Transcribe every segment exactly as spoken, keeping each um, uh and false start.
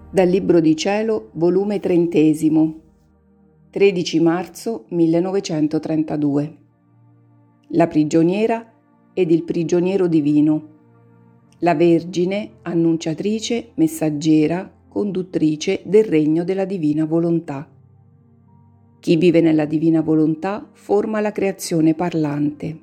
Dal Libro di Cielo, volume trentesimo, tredici marzo millenovecentotrentadue. La prigioniera ed il prigioniero divino. La Vergine, annunciatrice, messaggera, conduttrice del regno della divina volontà. Chi vive nella divina volontà forma la creazione parlante.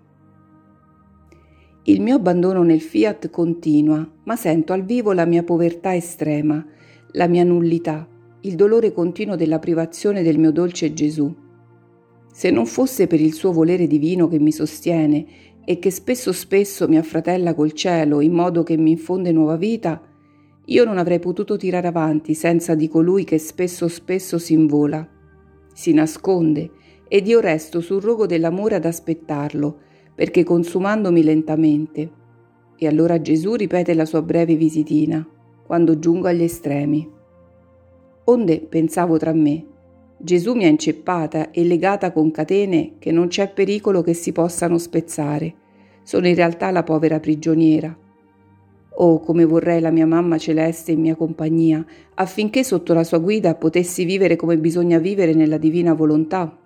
Il mio abbandono nel fiat continua, ma sento al vivo la mia povertà estrema, la mia nullità, il dolore continuo della privazione del mio dolce Gesù. Se non fosse per il suo volere divino che mi sostiene e che spesso spesso mi affratella col cielo in modo che mi infonde nuova vita, io non avrei potuto tirare avanti senza di colui che spesso spesso si invola, si nasconde, ed io resto sul rogo dell'amore ad aspettarlo, perché consumandomi lentamente. E allora Gesù ripete la sua breve visitina, quando giungo agli estremi. Onde pensavo tra me, Gesù mi ha inceppata e legata con catene che non c'è pericolo che si possano spezzare. Sono in realtà la povera prigioniera. Oh, come vorrei la mia mamma celeste in mia compagnia, affinché sotto la sua guida potessi vivere come bisogna vivere nella divina volontà.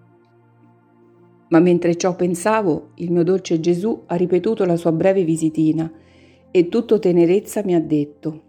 Ma mentre ciò pensavo, il mio dolce Gesù ha ripetuto la sua breve visitina e tutto tenerezza mi ha detto: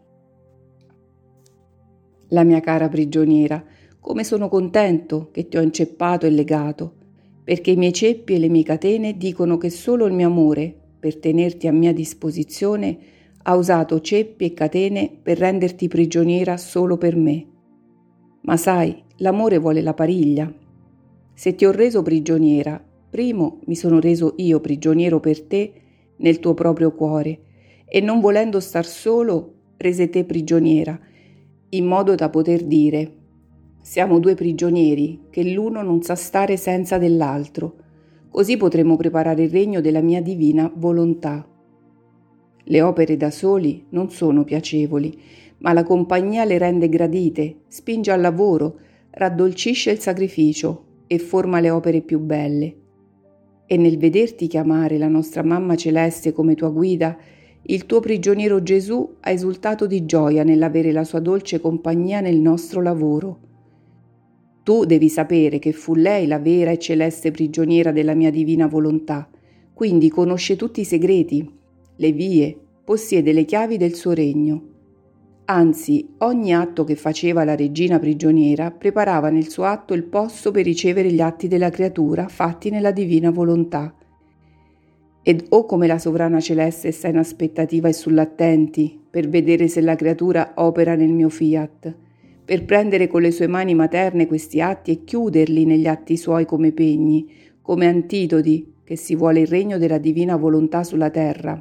la mia cara prigioniera, come sono contento che ti ho inceppato e legato, perché i miei ceppi e le mie catene dicono che solo il mio amore, per tenerti a mia disposizione, ha usato ceppi e catene per renderti prigioniera solo per me. Ma sai, l'amore vuole la pariglia. Se ti ho reso prigioniera, primo mi sono reso io prigioniero per te nel tuo proprio cuore, e non volendo star solo, rese te prigioniera, in modo da poter dire: siamo due prigionieri, che l'uno non sa stare senza dell'altro, così potremo preparare il regno della mia divina volontà. Le opere da soli non sono piacevoli, ma la compagnia le rende gradite, spinge al lavoro, raddolcisce il sacrificio e forma le opere più belle. E nel vederti chiamare la nostra Mamma Celeste come tua guida, il tuo prigioniero Gesù ha esultato di gioia nell'avere la sua dolce compagnia nel nostro lavoro. Tu devi sapere che fu lei la vera e celeste prigioniera della mia divina volontà, quindi conosce tutti i segreti, le vie, possiede le chiavi del suo regno. Anzi, ogni atto che faceva la regina prigioniera preparava nel suo atto il posto per ricevere gli atti della creatura fatti nella divina volontà. Ed o come la sovrana celeste sta in aspettativa e sull'attenti per vedere se la creatura opera nel mio fiat, per prendere con le sue mani materne questi atti e chiuderli negli atti suoi come pegni, come antidoti che si vuole il regno della divina volontà sulla terra.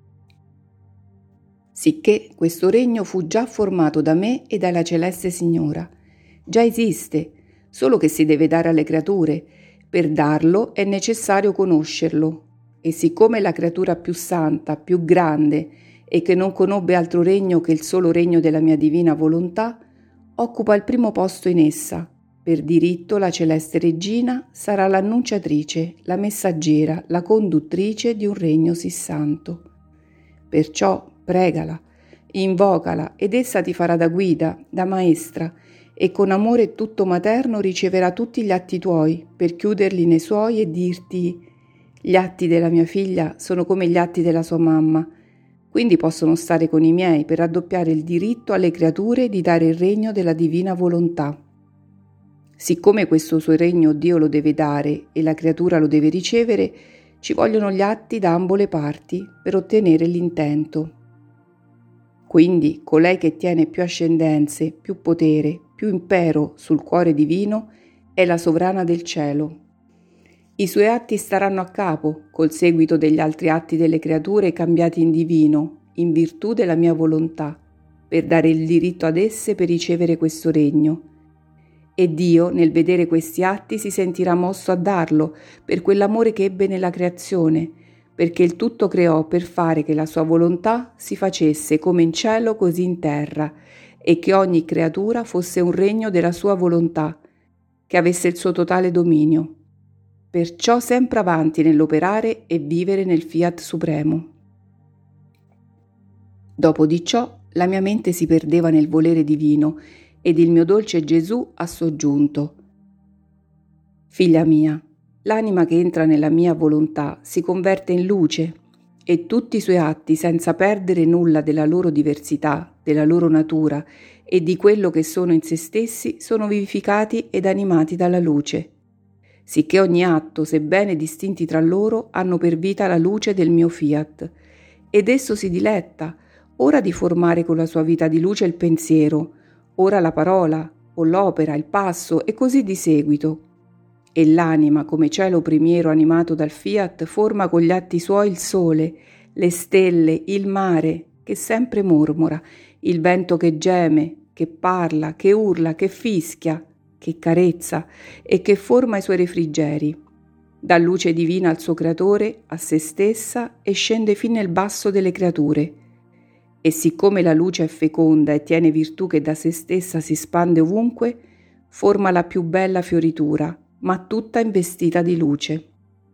Sicché questo regno fu già formato da me e dalla celeste Signora. Già esiste, solo che si deve dare alle creature. Per darlo è necessario conoscerlo. E siccome la creatura più santa, più grande e che non conobbe altro regno che il solo regno della mia divina volontà, occupa il primo posto in essa. Per diritto la celeste regina sarà l'annunciatrice, la messaggera, la conduttrice di un regno sì santo. Perciò pregala, invocala ed essa ti farà da guida, da maestra, e con amore tutto materno riceverà tutti gli atti tuoi per chiuderli nei suoi e dirti: gli atti della mia figlia sono come gli atti della sua mamma, quindi possono stare con i miei per raddoppiare il diritto alle creature di dare il regno della divina volontà. Siccome questo suo regno Dio lo deve dare e la creatura lo deve ricevere, ci vogliono gli atti da ambo le parti per ottenere l'intento. Quindi colei che tiene più ascendenze, più potere, più impero sul cuore divino è la sovrana del cielo. I suoi atti staranno a capo col seguito degli altri atti delle creature cambiati in divino, in virtù della mia volontà, per dare il diritto ad esse per ricevere questo regno. E Dio, nel vedere questi atti, si sentirà mosso a darlo per quell'amore che ebbe nella creazione, perché il tutto creò per fare che la sua volontà si facesse come in cielo così in terra, e che ogni creatura fosse un regno della sua volontà, che avesse il suo totale dominio. Perciò sempre avanti nell'operare e vivere nel fiat supremo. Dopo di ciò, la mia mente si perdeva nel volere divino ed il mio dolce Gesù ha soggiunto: «Figlia mia, l'anima che entra nella mia volontà si converte in luce e tutti i suoi atti, senza perdere nulla della loro diversità, della loro natura e di quello che sono in se stessi, sono vivificati ed animati dalla luce, sicché ogni atto, sebbene distinti tra loro, hanno per vita la luce del mio fiat, ed esso si diletta ora di formare con la sua vita di luce il pensiero, ora la parola o l'opera, il passo e così di seguito. E l'anima, come cielo primiero animato dal fiat, forma con gli atti suoi il sole, le stelle, il mare, che sempre mormora, il vento che geme, che parla, che urla, che fischia, che carezza e che forma i suoi refrigeri. Dà luce divina al suo creatore, a se stessa, e scende fin nel basso delle creature. E siccome la luce è feconda e tiene virtù che da se stessa si spande ovunque, forma la più bella fioritura, ma tutta investita di luce.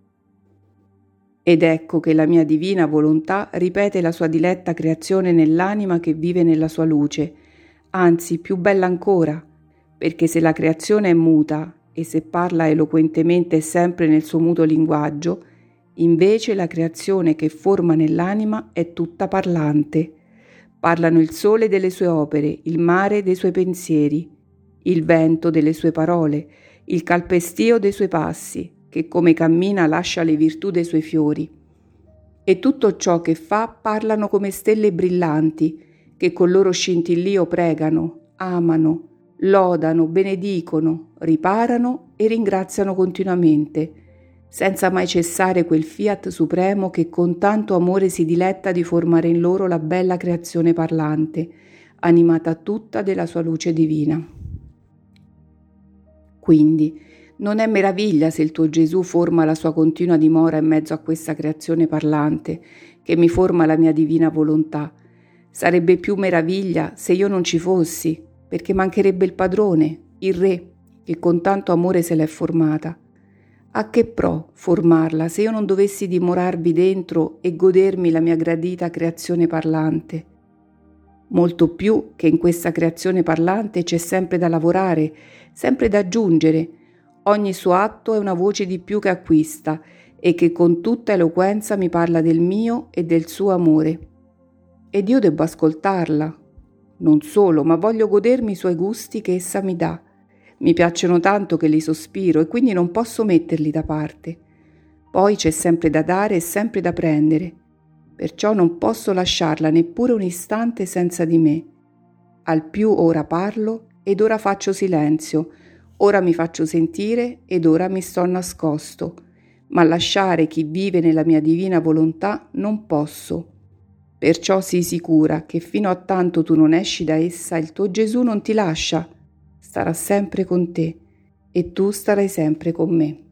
Ed ecco che la mia divina volontà ripete la sua diletta creazione nell'anima che vive nella sua luce, anzi più bella ancora, perché se la creazione è muta e se parla eloquentemente sempre nel suo muto linguaggio, invece la creazione che forma nell'anima è tutta parlante. Parlano il sole delle sue opere, il mare dei suoi pensieri, il vento delle sue parole, il calpestio dei suoi passi, che come cammina lascia le virtù dei suoi fiori. E tutto ciò che fa parlano come stelle brillanti, che col loro scintillio pregano, amano, lodano, benedicono, riparano e ringraziano continuamente, senza mai cessare quel fiat supremo che con tanto amore si diletta di formare in loro la bella creazione parlante, animata tutta della sua luce divina. Quindi non è meraviglia se il tuo Gesù forma la sua continua dimora in mezzo a questa creazione parlante, che mi forma la mia divina volontà. Sarebbe più meraviglia se io non ci fossi, perché mancherebbe il padrone, il re, che con tanto amore se l'è formata. A che pro formarla se io non dovessi dimorarvi dentro e godermi la mia gradita creazione parlante? Molto più che in questa creazione parlante c'è sempre da lavorare, sempre da aggiungere. Ogni suo atto è una voce di più che acquista e che con tutta eloquenza mi parla del mio e del suo amore. Ed io debbo ascoltarla. Non solo, ma voglio godermi i suoi gusti che essa mi dà. Mi piacciono tanto che li sospiro e quindi non posso metterli da parte. Poi c'è sempre da dare e sempre da prendere. Perciò non posso lasciarla neppure un istante senza di me. Al più ora parlo ed ora faccio silenzio, ora mi faccio sentire ed ora mi sto nascosto, ma lasciare chi vive nella mia divina volontà non posso. Perciò sii sicura che fino a tanto tu non esci da essa, il tuo Gesù non ti lascia, starà sempre con te e tu starai sempre con me.